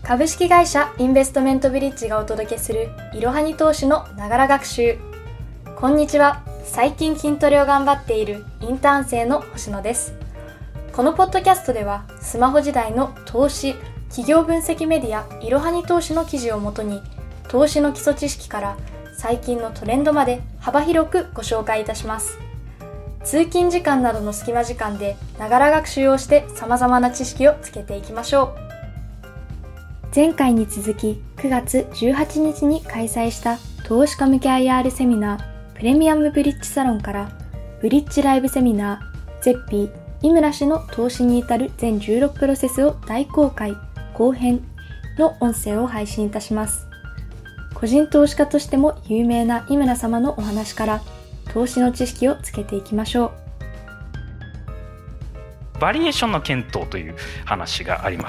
株式会社インベストメントブリッジがお届けするいろはに投資のながら学習。こんにちは。最近筋トレを頑張っているインターン生の星野です。このポッドキャストではスマホ時代の投資、企業分析メディアいろはに投資の記事をもとに投資の基礎知識から最近のトレンドまで幅広くご紹介いたします。通勤時間などの隙間時間でながら学習をして様々な知識をつけていきましょう。前回に続き9月18日に開催した投資家向け IR セミナープレミアムブリッジサロンからブリッジライブセミナーゼッピー井村氏の投資に至る全16プロセスを大公開後編の音声を配信いたします。個人投資家としても有名な井村様のお話から投資の知識をつけていきましょう。 バリエーションの検討という話があります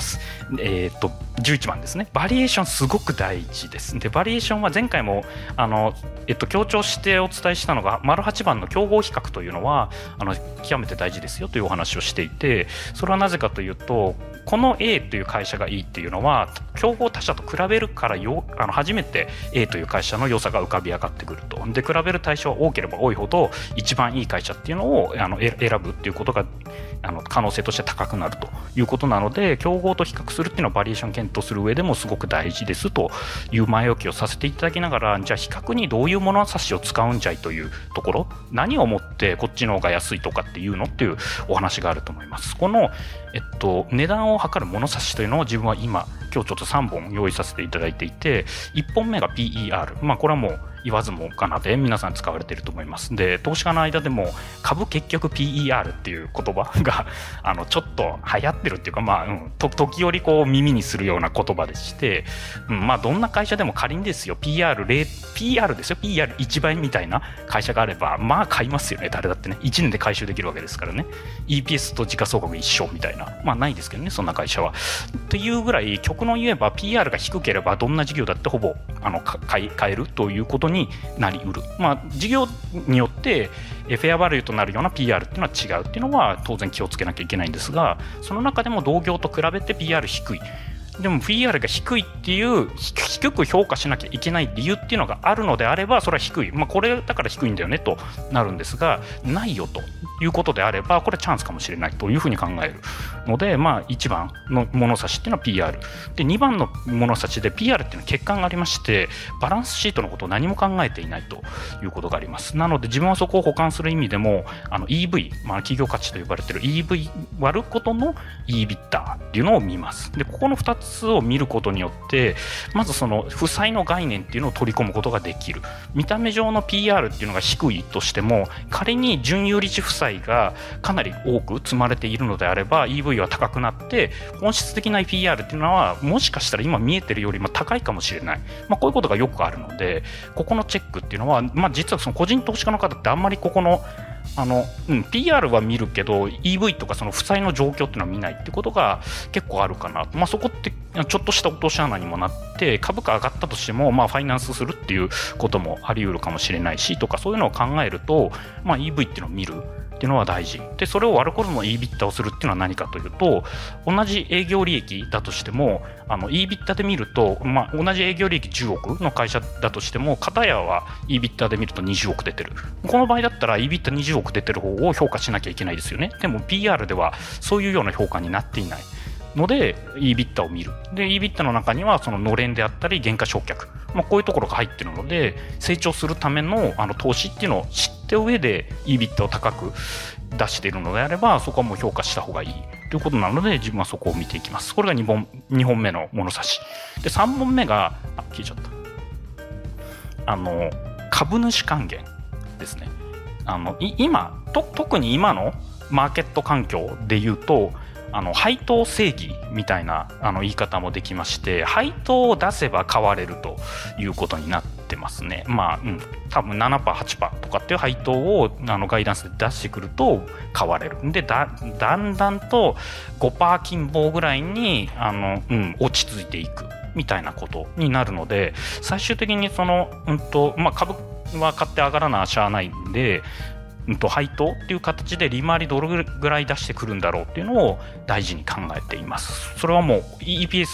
。11番ですね。バリエーションすごく大事です。でバリエーションは前回も強調してお伝えしたのが丸8番の競合比較というのは極めて大事ですよというお話をしていて、それはなぜかというとこの A という会社がいいっていうのは競合他社と比べるから初めて A という会社の良さが浮かび上がってくると。で比べる対象は多ければ多いほど一番いい会社っていうのを選ぶっていうことが可能性として高くなるということなので、競合と比較するっていうのはバリエーション検討する上でもすごく大事ですという前置きをさせていただきながら、じゃあ比較にどういう物差しを使うんじゃいというところ、何をもってこっちの方が安いとかっていうのっていうお話があると思います。この、値段を測る物差しというのを自分は今ちょっと3本用意させていただいていて、1本目が PER、これはもう言わずもがなで皆さん使われていると思います。で投資家の間でも株結局 PER っていう言葉がちょっと流行ってるっていうか、時折こう耳にするような言葉でして、どんな会社でも仮にですよ PR ですよ PR1 倍みたいな会社があれば買いますよね。誰だってね、1年で回収できるわけですからね。 EPS と時価総額一緒みたいな、ないですけどねそんな会社は。というぐらい極論言えば PR が低ければどんな事業だってほぼ買えるということになりうる。事業によってフェアバリューとなるような PR っていうのは違うっていうのは当然気をつけなきゃいけないんですが、その中でも同業と比べて PR 低い、でも PR が低いっていう低く評価しなきゃいけない理由っていうのがあるのであればそれは低い、これだから低いんだよねとなるんですが、ないよということであればこれはチャンスかもしれないというふうに考えるので、1番の物差しっていうのは PR で、2番の物差しで PR っていうのは欠陥がありまして、バランスシートのことを何も考えていないということがあります。なので自分はそこを補完する意味でもEV、企業価値と呼ばれている EV 割ることの EBITDA っていうのを見ます。でここの2つを見ることによってまずその負債の概念っていうのを取り込むことができる。見た目上の PR っていうのが低いとしても仮に純有利子負債がかなり多く積まれているのであれば EV は高くなって本質的な PR っていうのはもしかしたら今見えてるよりも高いかもしれない、こういうことがよくあるので、ここのチェックっていうのは、実はその個人投資家の方ってあんまりここのPR は見るけど EV とかその負債の状況っていうのは見ないってことが結構あるかなと。そこってちょっとした落とし穴にもなって株価上がったとしてもファイナンスするっていうこともあり得るかもしれないしとか、そういうのを考えると、EV っていうのを見るっていうのは大事で、それを割ることの EBITDA をするっていうのは何かというと、同じ営業利益だとしてもEBITDA で見ると、同じ営業利益10億の会社だとしても片やは EBITDA で見ると20億出てる。この場合だったら EBITDA20 億出てる方を評価しなきゃいけないですよね。でも PR ではそういうような評価になっていないので EBITDA を見る。で EBITDA の中にはそののれんであったり減価償却、こういうところが入っているので、成長するための投資っていうのを知った上で EBITDA を高く出しているのであればそこはもう評価した方がいいということなので自分はそこを見ていきます。これが2本目の物差しで、3本目が消えちゃった株主還元ですね。特に今のマーケット環境でいうと配当正義みたいな言い方もできまして、配当を出せば買われるということになってますね。多分 7%、8% とかっていう配当をガイダンスで出してくると買われる。でだんだんと 5% 金棒ぐらいに落ち着いていくみたいなことになるので、最終的にその、株は買って上がらなしゃあないんで、配当っていう形で利回りどれぐらい出してくるんだろうっていうのを大事に考えています。それはもう EPS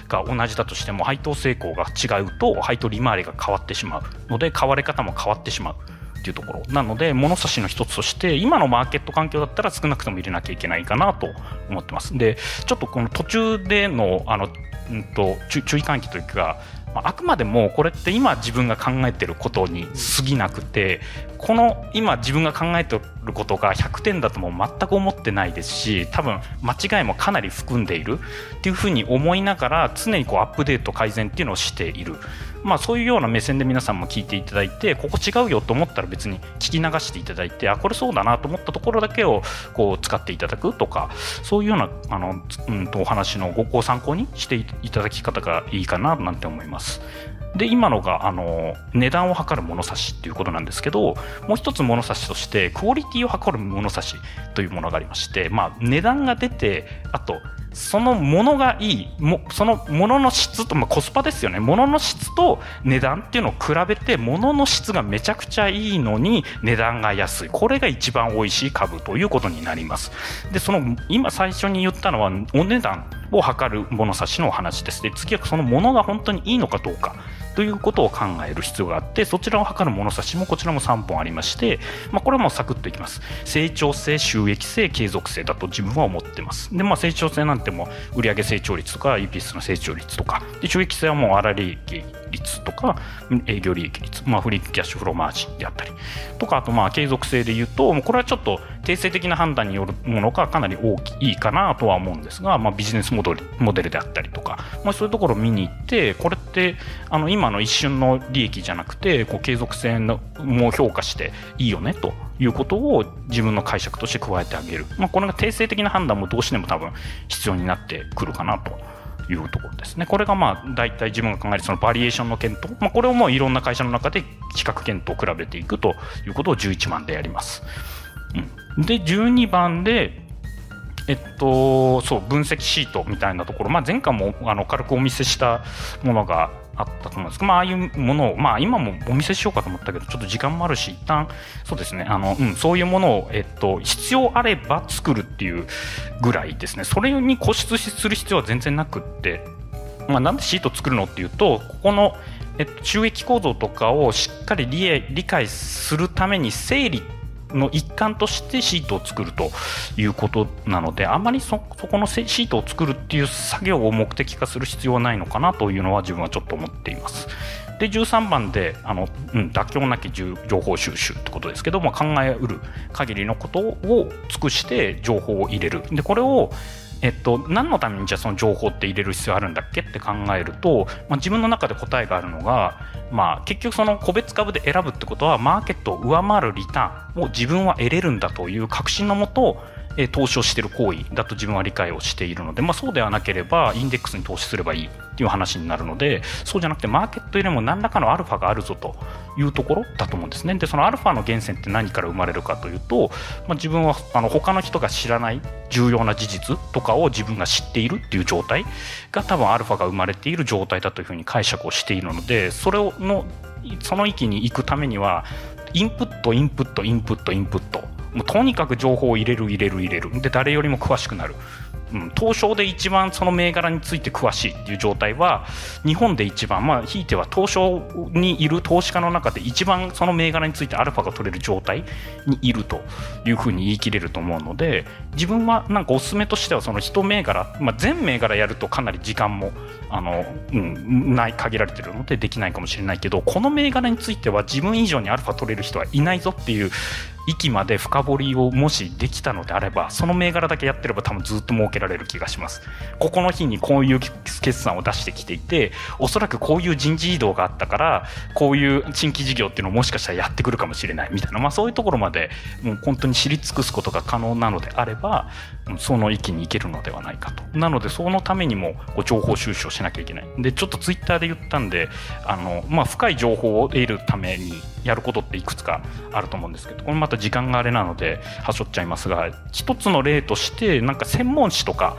が同じだとしても配当成功が違うと配当利回りが変わってしまうので、買われ方も変わってしまうっていうところなので、物差しの一つとして今のマーケット環境だったら少なくとも入れなきゃいけないかなと思ってます。でちょっとこの途中での注意喚起というか、あくまでもこれって今自分が考えてることに過ぎなくて、この今自分が考えてることが100点だとも全く思ってないですし、多分間違いもかなり含んでいるっていうふうに思いながら常にこうアップデート改善っていうのをしている、そういうような目線で皆さんも聞いていただいて、ここ違うよと思ったら別に聞き流していただいて、これそうだなと思ったところだけをこう使っていただくとか、そういうようなお話のご参考にしていただき方がいいかななんて思います。で今のが値段を測る物差しっていうことなんですけど、もう一つ物差しとしてクオリティを測る物差しというものがありまして、値段が出て、あとそのものがいいそのものの質と、コスパですよね。ものの質と値段っていうのを比べて、ものの質がめちゃくちゃいいのに値段が安い、これが一番美味しい株ということになります。で今最初に言ったのはお値段を測る物差しのお話です。で次はそのものが本当にいいのかどうかということを考える必要があって、そちらを測る物差しもこちらも3本ありまして、これはもうサクッといきます。成長性、収益性、継続性だと自分は思ってます。で、成長性なんても売上成長率とか EPS の成長率とかで、収益性はもう粗利益率とか営業利益率、フリーキャッシュフローマージンであったりとか、あと継続性でいうと、これはちょっと定性的な判断によるものがかなり大きいかなとは思うんですが、ビジネスモデルであったりとか、そういうところを見に行って、これって今の一瞬の利益じゃなくて継続性も評価していいよねということを自分の解釈として加えてあげる、これが定性的な判断もどうしても多分必要になってくるかなというところですね。これが大体自分が考えるそのバリエーションの検討、これをもういろんな会社の中で比較検討を比べていくということを11番でやります。で12番でそう分析シートみたいなところ、前回も軽くお見せしたものがあったと思うんですけど、ああいうものを、今もお見せしようかと思ったけどちょっと時間もあるし、一旦そうですね、そういうものを、必要あれば作るっていうぐらいですね。それに固執する必要は全然なくって、なんでシート作るのっていうと、ここの、収益構造とかをしっかり理解するために整理の一環としてシートを作るということなので、あまりそこのシートを作るっていう作業を目的化する必要はないのかなというのは自分はちょっと思っています。で13番で妥協なき情報収集ってことですけども、考えうる限りのことを尽くして情報を入れる。でこれを何のためにじゃあその情報って入れる必要あるんだっけって考えると、自分の中で答えがあるのが、結局その個別株で選ぶってことはマーケットを上回るリターンを自分は得れるんだという確信のもと投資をしている行為だと自分は理解をしているので、そうではなければインデックスに投資すればいいっていう話になるので、そうじゃなくてマーケットよりも何らかのアルファがあるぞというところだと思うんですね。でそのアルファの源泉って何から生まれるかというと、自分は他の人が知らない重要な事実とかを自分が知っているっていう状態が多分アルファが生まれている状態だというふうに解釈をしているので、その域に行くためにはインプットもうとにかく情報を入れるで誰よりも詳しくなる、東証で一番その銘柄について詳しいっていう状態は日本で一番、ひいては東証にいる投資家の中で一番その銘柄についてアルファが取れる状態にいるというふうに言い切れると思うので、自分はなんかおすすめとしてはその一銘柄、全銘柄やるとかなり時間も限られているのでできないかもしれないけど、この銘柄については自分以上にアルファ取れる人はいないぞっていう域まで深掘りをもしできたのであれば、その銘柄だけやってれば多分ずっと儲けられる気がします。ここの日にこういう決算を出してきていて、おそらくこういう人事異動があったからこういう新規事業っていうのをもしかしたらやってくるかもしれないみたいな、そういうところまでもう本当に知り尽くすことが可能なのであれば、その域に行けるのではないかと。なのでそのためにも情報収集をしなきゃいけない。でちょっとツイッターで言ったんで深い情報を得るためにやることっていくつかあると思うんですけど、これまた時間があれなのではしょっちゃいますが、一つの例としてなんか専門誌とか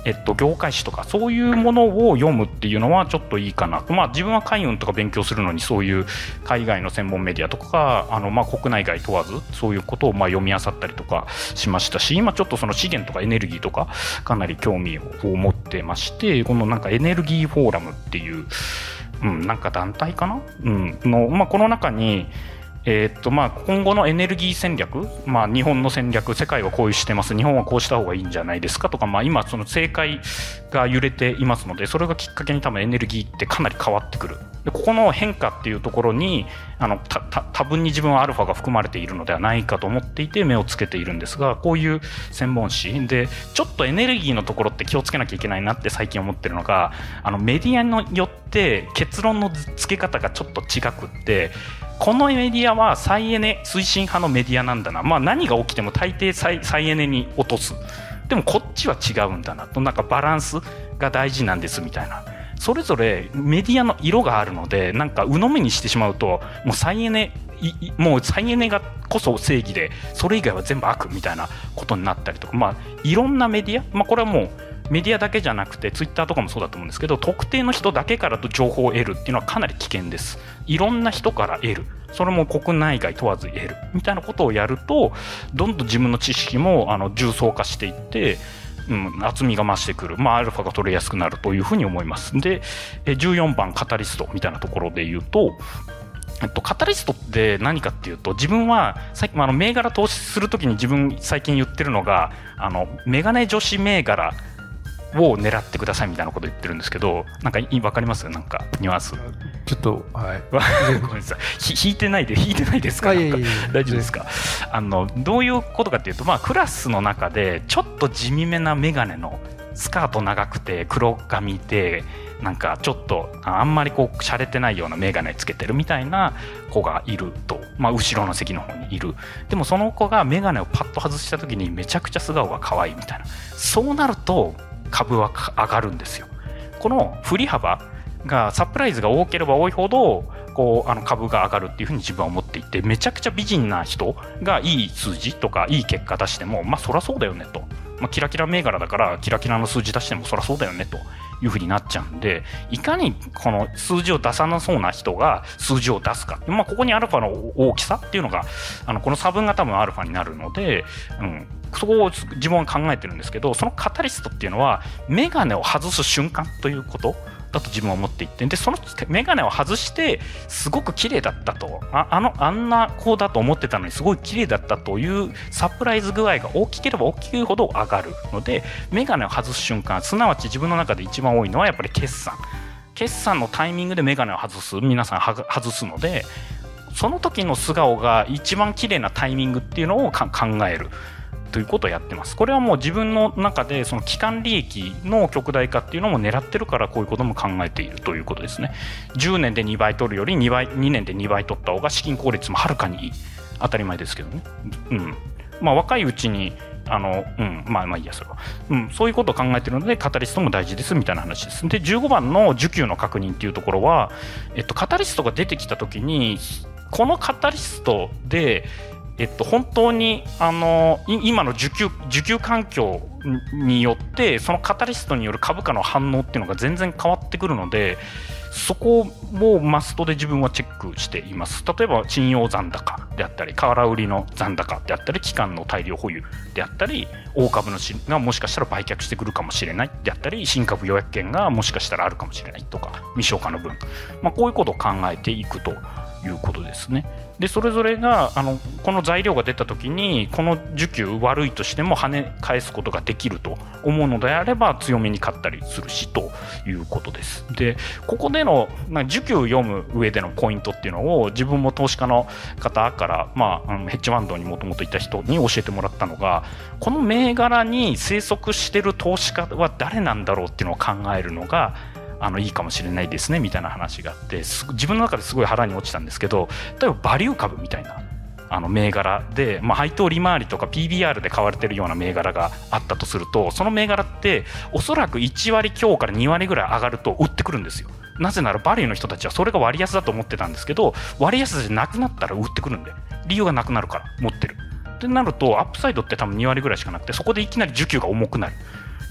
業界誌とかそういうものを読むっていうのはちょっといいかなと、自分は海運とか勉強するのにそういう海外の専門メディアとか国内外問わずそういうことを読み漁ったりとかしましたし、今ちょっとその資源とかエネルギーとかかなり興味を持ってまして、このなんかエネルギーフォーラムっていう、なんか団体かな、の、この中に今後のエネルギー戦略、日本の戦略、世界はこうしてます、日本はこうした方がいいんじゃないですかとか、今その政界が揺れていますので、それがきっかけに多分エネルギーってかなり変わってくる。でここの変化っていうところに多分に自分はアルファが含まれているのではないかと思っていて目をつけているんですが、こういう専門誌でちょっとエネルギーのところって気をつけなきゃいけないなって最近思ってるのが、メディアによって結論の付け方がちょっと違くって、このメディアは再エネ推進派のメディアなんだな、何が起きても大抵再エネに落とす、でもこっちは違うんだなと、なんかバランスが大事なんですみたいな、それぞれメディアの色があるので、なんか鵜呑みにしてしまうともう再エネがこそ正義でそれ以外は全部悪みたいなことになったりとか、いろんなメディア、これはもうメディアだけじゃなくてツイッターとかもそうだと思うんですけど、特定の人だけから情報を得るっていうのはかなり危険です。いろんな人から得る、それも国内外問わず得るみたいなことをやると、どんどん自分の知識も重層化していって、厚みが増してくる、アルファが取れやすくなるというふうに思います。で、14番カタリストみたいなところで言うと、カタリストって何かっていうと、自分は最近銘柄投資するときに自分最近言ってるのが、メガネ女子銘柄を狙ってくださいみたいなこと言ってるんですけど、なんか分かります？なんかニュアンスちょっと、はい、 ごめんなさい、引いてないですか？なんか大丈夫ですか？どういうことかっていうと、クラスの中でちょっと地味めなメガネのスカート長くて黒髪で、なんかちょっとあんまりこう洒落てないようなメガネつけてるみたいな子がいると、後ろの席の方にいる。でもその子がメガネをパッと外した時にめちゃくちゃ素顔が可愛いみたいな、そうなると株は上がるんですよ。この振り幅がサプライズが多ければ多いほど株が上がるっていうふうに自分は思っていて、めちゃくちゃ美人な人がいい数字とかいい結果出してもそりゃそうだよねと、キラキラ銘柄だからキラキラの数字出してもそりゃそうだよねというふうになっちゃうんで、いかにこの数字を出さなそうな人が数字を出すか、ここにアルファの大きさっていうのがこの差分が多分アルファになるので、そこを自分は考えてるんですけど、そのカタリストっていうのはメガネを外す瞬間ということだと自分は思っていて、でそのメガネを外してすごく綺麗だったと、あんな子だと思ってたのにすごい綺麗だったというサプライズ具合が大きければ大きいほど上がるので、メガネを外す瞬間、すなわち自分の中で一番多いのはやっぱり決算のタイミングでメガネを外す、皆さん外すので、その時の素顔が一番綺麗なタイミングっていうのを考えるということをやってます。これはもう自分の中でその期間利益の極大化っていうのも狙ってるから、こういうことも考えているということですね。10年で2倍取るより2年で2倍取った方が資金効率もはるかにいい、当たり前ですけどね。若いうちにいいやそれは、そういうことを考えているのでカタリストも大事ですみたいな話です。で15番の需給の確認っていうところは、カタリストが出てきた時に、このカタリストで本当に今の需給環境によってそのカタリストによる株価の反応っていうのが全然変わってくるので、そこもマストで自分はチェックしています。例えば信用残高であったり、空売りの残高であったり、期間の大量保有であったり、大株主がもしかしたら売却してくるかもしれないであったり、新株予約権がもしかしたらあるかもしれないとか、未消化の分、こういうことを考えていくということですね。でそれぞれがこの材料が出た時に、この需給悪いとしても跳ね返すことができると思うのであれば強めに買ったりするしということです。でここでの需給を読む上でのポイントっていうのを、自分も投資家の方から、ヘッジファンドにもともといた人に教えてもらったのが、この銘柄に生息している投資家は誰なんだろうっていうのを考えるのがいいかもしれないですねみたいな話があって、自分の中ですごい腹に落ちたんですけど、例えばバリュー株みたいな銘柄で、配当利回りとか PBR で買われてるような銘柄があったとすると、その銘柄っておそらく1割強から2割ぐらい上がると売ってくるんですよ。なぜならバリューの人たちはそれが割安だと思ってたんですけど、割安じゃなくなったら売ってくるんで、理由がなくなるから持ってるってなると、アップサイドって多分2割ぐらいしかなくて、そこでいきなり需給が重くなる。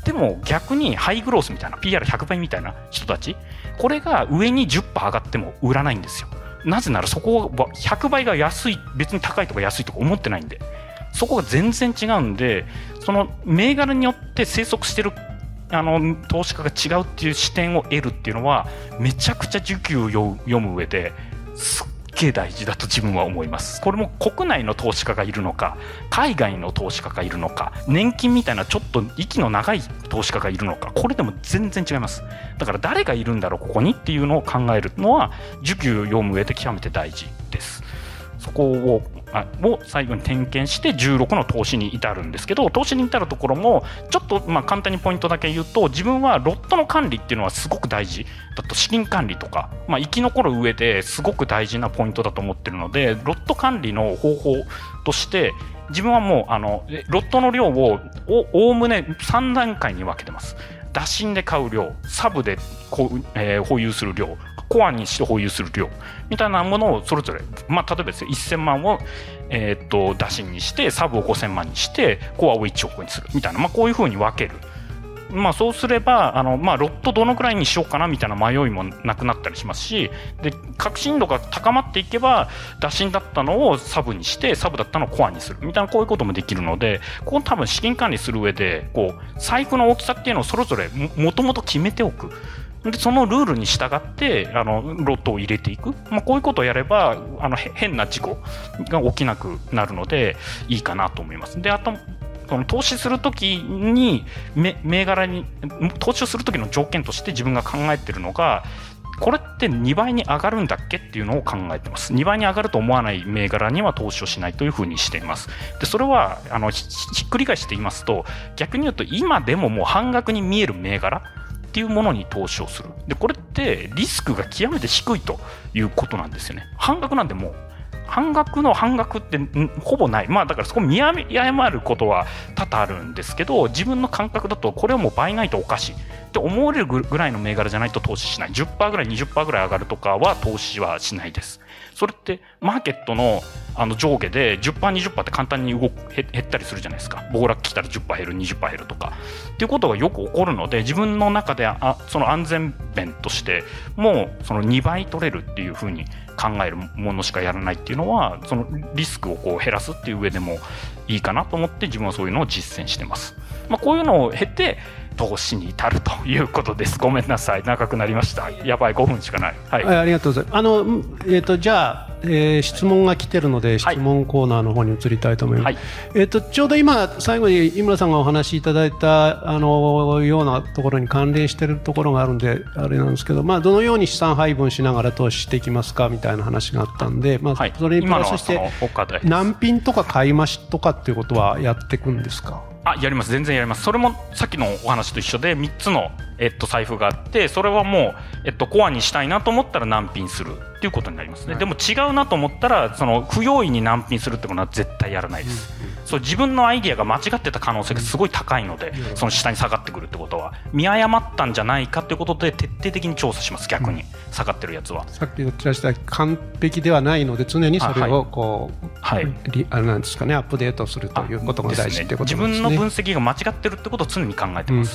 でも逆にハイグロースみたいな PR100 倍みたいな人たち、これが上に 10% 上がっても売らないんですよ。なぜならそこは100倍が安い、別に高いとか安いとか思ってないんで、そこが全然違うんで、その銘柄によって生息してる投資家が違うっていう視点を得るっていうのはめちゃくちゃ需給を読む上ですっげえ大事だと自分は思います。これも国内の投資家がいるのか、海外の投資家がいるのか、年金みたいなちょっと息の長い投資家がいるのか、これでも全然違います。だから誰がいるんだろうここにっていうのを考えるのは需給を読む上で極めて大事です。そこを最後に点検して16の投資に至るんですけど、投資に至るところもちょっと簡単にポイントだけ言うと、自分はロットの管理っていうのはすごく大事だと、資金管理とか、生き残る上ですごく大事なポイントだと思ってるので、ロット管理の方法として自分はもうロットの量をおおむね3段階に分けてます。打診で買う量、サブで保有する量、コアにして保有する量みたいなものをそれぞれ、例えばですね、1000万を、打診にして、サブを5000万にして、コアを1億にするみたいな、こういうふうに分ける。そうすればロットどのくらいにしようかなみたいな迷いもなくなったりしますし、で確信度が高まっていけば打診だったのをサブにして、サブだったのをコアにするみたいな、こういうこともできるので、ここ多分資金管理する上で財布の大きさっていうのをそれぞれもともと決めておく。でそのルールに従ってロットを入れていく、こういうことをやれば変な事故が起きなくなるのでいいかなと思います。であと投資するときに銘柄に投資をするときの条件として自分が考えているのが、これって2倍に上がるんだっけっていうのを考えてます。2倍に上がると思わない銘柄には投資をしないというふうにしています。でそれはひっくり返して言いますと、逆に言うと今でももう半額に見える銘柄っていうものに投資をする。でこれってリスクが極めて低いということなんですよね。半額なんでもう半額の半額ってほぼない。だからそこ見誤ることは多々あるんですけど、自分の感覚だとこれはもう倍ないとおかしいって思われるぐらいの銘柄じゃないと投資しない。 10% ぐらい 20% ぐらい上がるとかは投資はしないです。それってマーケットの上下で 10%、20% って簡単に減ったりするじゃないですか。暴落来たら 10% 減る 20% 減るとかっていうことがよく起こるので、自分の中でその安全弁としてもうその2倍取れるっていうふうに考えるものしかやらないっていうのは、そのリスクを減らすっていう上でもいいかなと思って自分はそういうのを実践してます。こういうのを経て投資に至るということです。ごめんなさい、長くなりました。やばい、5分しかない。はい、 ありがとうございます。じゃあ、質問が来てるので質問コーナーの方に移りたいと思います。はい、ちょうど今最後に井村さんがお話しいただいたようなところに関連しているところがあるんであれなんですけど、どのように資産配分しながら投資していきますかみたいな話があったんで、それにプラスして難品とか買い増しとかっていうことはやっていくんですか？ やります。全然やります。それもさっきのお話と一緒で3つの、財布があって、それはもう、コアにしたいなと思ったら難品するっていうことになりますね。でも違うなと思ったらその不用意に難品するってことは絶対やらないです。そう自分のアイディアが間違ってた可能性がすごい高いので、その下に下がってくるってことは見誤ったんじゃないかということで徹底的に調査します。逆に下がってるやつはさっき言ってらした完璧ではないので、常にそれをあれなんですかね、アップデートするということが大事ってことですね。 自分の分析が間違ってるってことを常に考えてます。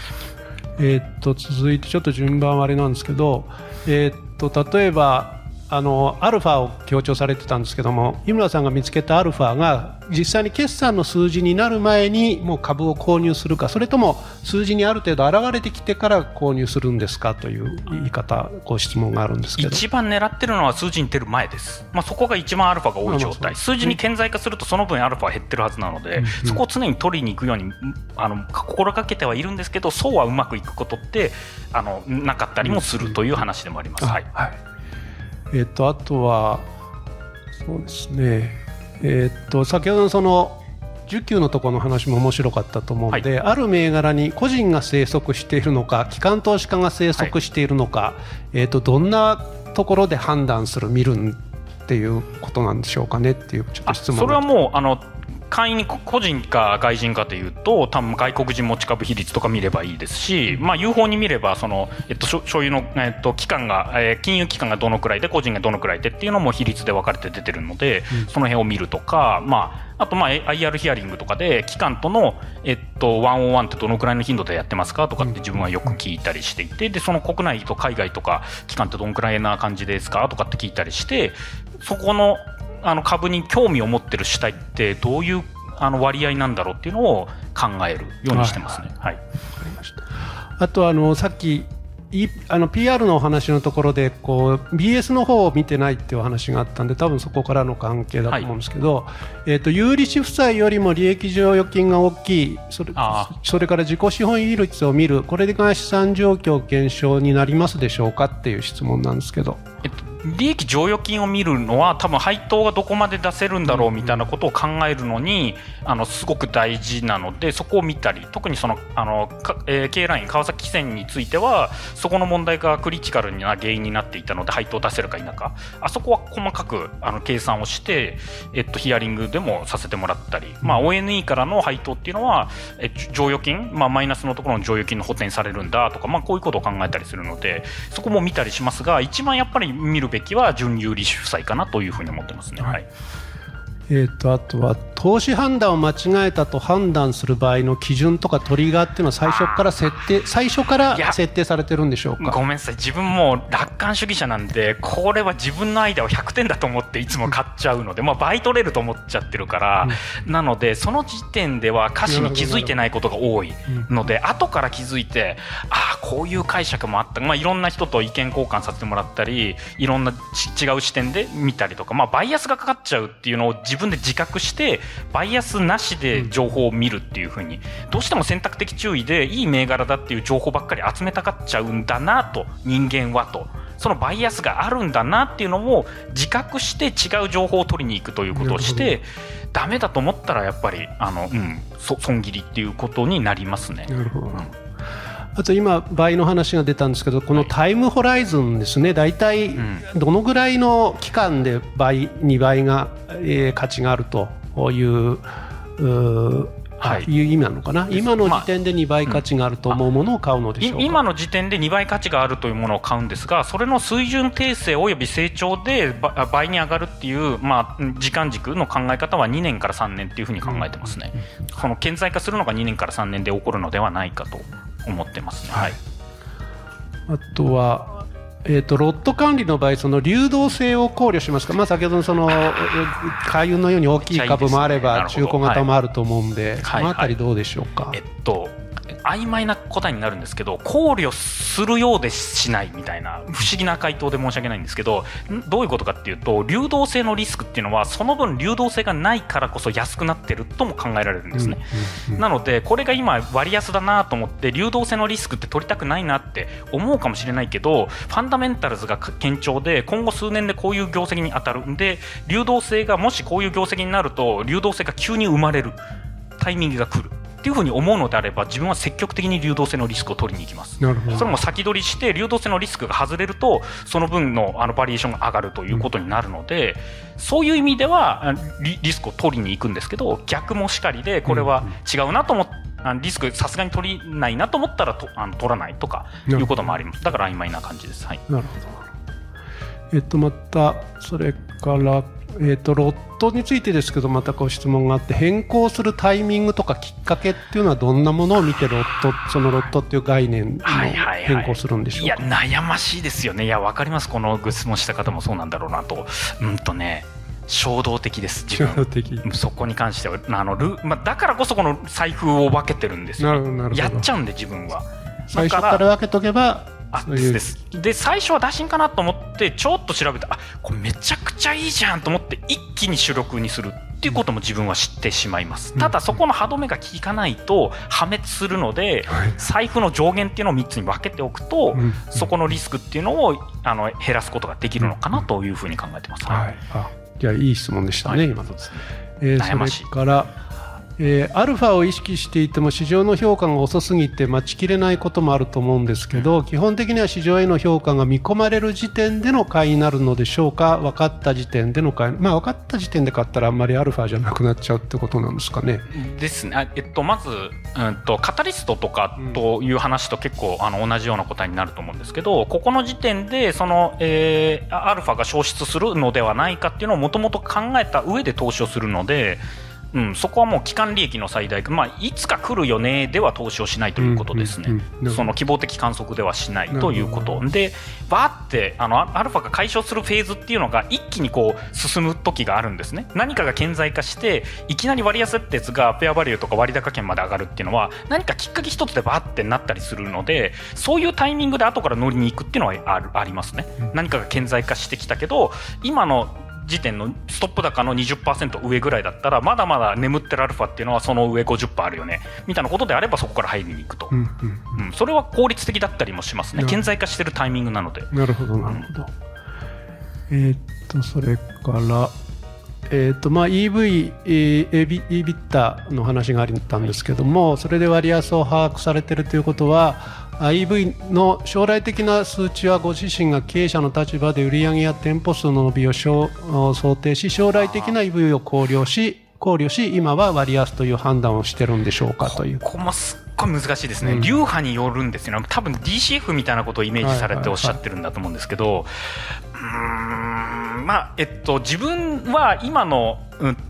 続いてちょっと順番はあれなんですけど、例えばアルファを強調されてたんですけども、井村さんが見つけたアルファが実際に決算の数字になる前にもう株を購入するか、それとも数字にある程度現れてきてから購入するんですかという言い方、質問があるんですけど、 一番狙ってるのは数字に出る前です。そこが一番アルファが多い状態。数字に顕在化するとその分アルファは減ってるはずなので、そこを常に取りに行くように心がけてはいるんですけど、そうはうまくいくことってなかったりもするという話でもあります。 あとはそうですね、先ほどのその需給のところの話も面白かったと思うので、ある銘柄に個人が生息しているのか機関投資家が生息しているのか、どんなところで判断する見るっていうことなんでしょうかねっていうちょっと質問。 それはもう簡易に個人か外人かというと多分外国人持ち株比率とか見ればいいですし、まあ、有法に見ればその、所有の、期間が、金融機関がどのくらいで個人がどのくらいでっていうのも比率で分かれて出てるので、その辺を見るとか、まあ、あとまあ IR ヒアリングとかで機関との、101ってどのくらいの頻度でやってますかとかって自分はよく聞いたりしていて、でその国内と海外とか機関ってどのくらいな感じですかとかって聞いたりして、そこの株に興味を持ってる主体ってどういう割合なんだろうっていうのを考えるようにしてますね。はい、わかりました。 あとさっきPR のお話のところでBS の方を見てないっていうお話があったんで、多分そこからの関係だと思うんですけど、有利子負債よりも利益剰余金が大きい、それから自己資本比率を見る、これが資産状況検証になりますでしょうかっていう質問なんですけど、 利益剰余金を見るのは多分配当がどこまで出せるんだろうみたいなことを考えるのにすごく大事なので、そこを見たり、特にそのK ライン川崎汽船についてはそこの問題がクリティカルな原因になっていたので、配当を出せるか否か、あそこは細かく計算をして、ヒアリングでもさせてもらったり、まあ、ONE からの配当っていうのは剰余金、まあ、マイナスのところの剰余金の補填されるんだとか、まあ、こういうことを考えたりするので、そこも見たりしますが、一番やっぱり見るべきは準有利子負債かなというふうに思ってますね。はい。 あとは投資判断を間違えたと判断する場合の基準とかトリガーっていうのは最初から設定されてるんでしょうか。 ごめんなさい、自分も楽観主義者なんで、これは自分のアイデアを100点だと思っていつも買っちゃうので、まあ、倍取れると思っちゃってるから、なのでその時点では歌詞に気づいてないことが多いので、後から気づいて、こういう解釈もあった、まあ、いろんな人と意見交換させてもらったり、いろんな違う視点で見たりとか、まあ、バイアスがかかっちゃうっていうのを自分で自覚して、バイアスなしで情報を見るっていう風に、どうしても選択的注意でいい銘柄だっていう情報ばっかり集めたがっちゃうんだなと、人間はと、そのバイアスがあるんだなっていうのを自覚して違う情報を取りに行くということをして、ダメだと思ったらやっぱり損切りっていうことになりますね。 なるほど。あと今倍の話が出たんですけど、このタイムホライズンですね、大体どのぐらいの期間で2倍が、価値があるといういう意味なのかな。今の時点で2倍価値があると思うものを買うのでしょうか。 今の時点で2倍価値があるというものを買うんですが、それの水準訂正および成長で倍に上がるっていう、まあ、時間軸の考え方は2年から3年っていうふうに考えてますね。その顕在化するのが2年から3年で起こるのではないかと思ってますね。はい。 あとはロット管理の場合、その流動性を考慮しますか。まあ、先ほどのその海運のように大きい株もあれば中古型もあると思うんで、そのあたりどうでしょうか。 曖昧な答えになるんですけど、考慮するようでしないみたいな不思議な回答で申し訳ないんですけど、どういうことかっていうと、流動性のリスクっていうのはその分流動性がないからこそ安くなってるとも考えられるんですね。なのでこれが今割安だなと思って流動性のリスクって取りたくないなって思うかもしれないけど、ファンダメンタルズが堅調で今後数年でこういう業績に当たるんで、流動性がもしこういう業績になると流動性が急に生まれるタイミングが来るっていうふうに思うのであれば、自分は積極的に流動性のリスクを取りに行きます。それも先取りして流動性のリスクが外れるとその分のバリエーションが上がるということになるので、そういう意味ではリスクを取りに行くんですけど、逆もしかりでこれは違うなと思ってリスクさすがに取りないなと思ったら取らないとかいうこともあります。だから曖昧な感じです。はい。 なるほど。またそれからロットについてですけど、また質問があって、変更するタイミングとかきっかけっていうのはどんなものを見てそのロットっていう概念を変更するんでしょうか。 いや悩ましいですよね。いや分かります。このご質問した方もそうなんだろうなと。衝動的です。自分そこに関してはだからこそこの財布を分けてるんですよ。やっちゃうんで自分は。 最初から分けとけばで最初は打診かなと思ってちょっと調べて、これめちゃくちゃいいじゃんと思って一気に主力にするっていうことも自分は知ってしまいます。ただそこの歯止めが効かないと破滅するので、財布の上限っていうのを3つに分けておくと、そこのリスクっていうのを減らすことができるのかなというふうに考えてます。 じゃあいい質問でしたね、今の。 悩ましい。 それからアルファを意識していても市場の評価が遅すぎて待ちきれないこともあると思うんですけど、基本的には市場への評価が見込まれる時点での買いになるのでしょうか。分かった時点での買い、分かった時点で買ったらあんまりアルファじゃなくなっちゃうってことなんですかね。 ですね。まず、カタリストとかという話と結構同じような答えになると思うんですけど、ここの時点でその、アルファが消失するのではないかっていうのをもともと考えた上で投資をするので、そこはもう期間利益の最大化、いつか来るよねでは投資をしないということですね。その希望的観測ではしないということで、バーってアルファが解消するフェーズっていうのが一気にこう進む時があるんですね。何かが顕在化していきなり割安ってやつがフェアバリューとか割高圏まで上がるっていうのは何かきっかけ一つでバーってなったりするので、そういうタイミングで後から乗りに行くっていうのはありますね。何かが顕在化してきたけど、今の時点のストップ高の 20% 上ぐらいだったらまだまだ眠ってるアルファっていうのはその上 50% あるよねみたいなことであればそこから入りに行くと、それは効率的だったりもしますね。顕在化してるタイミングなので。 なるほどなるほど。それからEV、EBITDA の話があったんですけども、それで割安を把握されているということは、EV の将来的な数値はご自身が経営者の立場で売上や店舗数の伸びを想定し、将来的な EV を考慮し今は割安という判断をしてるんでしょうかという。 ここもすっごい難しいですね。流派によるんですよね。多分 DCF みたいなことをイメージされておっしゃってるんだと思うんですけど、自分は今の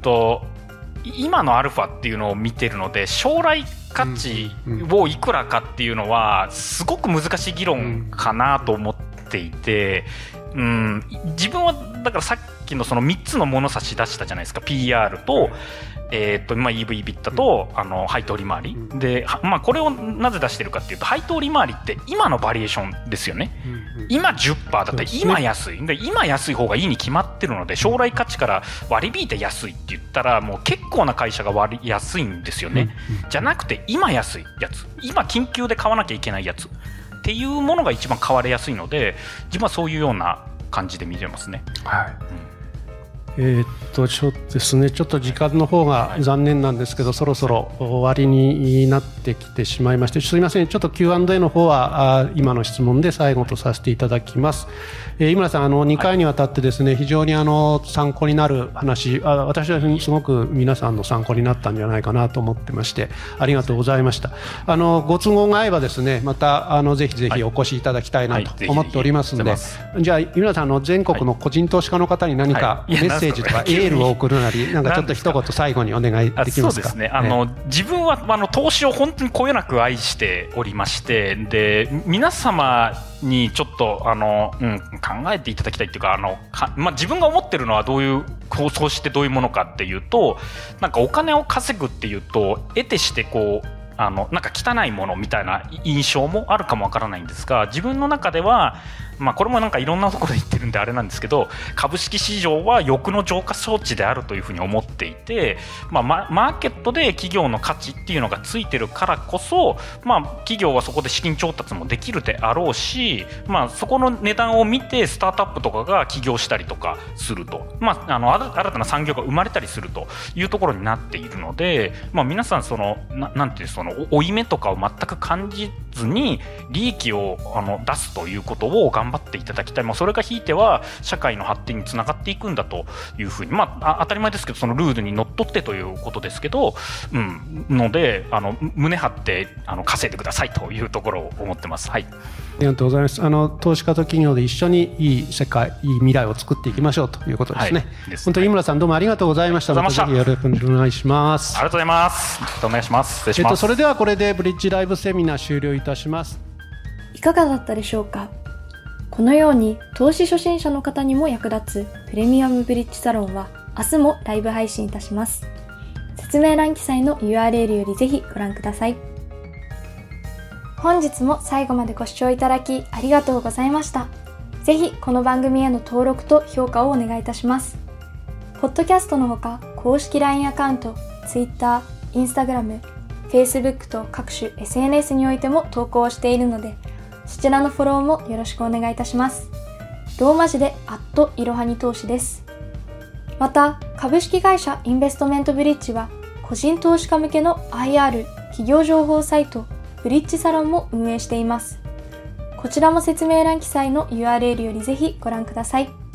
アルファっていうのを見てるので、将来価値をいくらかっていうのはすごく難しい議論かなと思っていて、自分はだからさっきのその3つの物差し出したじゃないですか。 PR と、EV ビッタと配当利回りで、これをなぜ出してるかっていうと、配当利回りって今のバリエーションですよね。今 10% だったら今安いで、今安い方がいいに決まってるので、将来価値から割り引いて安いって言ったらもう結構な会社が割安いんですよね。じゃなくて今安いやつ、今緊急で買わなきゃいけないやつっていうものが一番買われやすいので、自分はそういうような感じで見てますね。 そうですね、ちょっと時間の方が残念なんですけど、そろそろ終わりになってきてしまいまして、すみません、ちょっと Q&A の方は今の質問で最後とさせていただきます。井村さん、2回にわたってですね、非常に参考になる話、私はすごく皆さんの参考になったんじゃないかなと思ってまして、ありがとうございました。ご都合が合えばですね、またぜひぜひお越しいただきたいなと思っておりますので、じゃあ井村さん、全国の個人投資家の方に何かメッセージとかエールを送るなり、なんかちょっと一言最後にお願いできますか。 そうですね、自分は投資を本当にこよなく愛しておりまして、で皆様にちょっと考えていただきたいっていうか、自分が思ってるのはどういう投資ってどういうものかっていうと、なんかお金を稼ぐっていうと得てしてこうなんか汚いものみたいな印象もあるかもわからないんですが、自分の中では、これもなんかいろんなところで言ってるんであれなんですけど、株式市場は欲の浄化装置であるというふうに思っていて、マーケットで企業の価値っていうのがついてるからこそ、企業はそこで資金調達もできるであろうし、そこの値段を見てスタートアップとかが起業したりとかすると、新たな産業が生まれたりするというところになっているので、皆さんなんていう負い目とかを全く感じずに利益を出すということを頑張っていただきたい。それがひいては社会の発展につながっていくんだというふうに、当たり前ですけど、そのルールにのっとってということですけど、ので胸張って稼いでくださいというところを思ってます。はい、 ありがとうございます。投資家と企業で一緒にいい世界、いい未来を作っていきましょうということですね。本当に井村さん、どうもありがとうございました。またぜひよろしくお願いします。 ありがとうございます。お願いします。失礼します。 それではこれでブリッジライブセミナー終了いたします。 いかがだったでしょうか。このように投資初心者の方にも役立つプレミアムブリッジサロンは明日もライブ配信いたします。説明欄記載の URL よりぜひご覧ください。本日も最後までご視聴いただきありがとうございました。ぜひこの番組への登録と評価をお願いいたします。ポッドキャストのほか公式 LINE アカウント、Twitter、Instagram、Facebook と各種 SNS においても投稿しているので、そちらのフォローもよろしくお願いいたします。ローマ字でいろはに投資です。また、株式会社インベストメントブリッジは個人投資家向けの IR 企業情報サイトブリッジサロンも運営しています。こちらも説明欄記載の URL よりぜひご覧ください。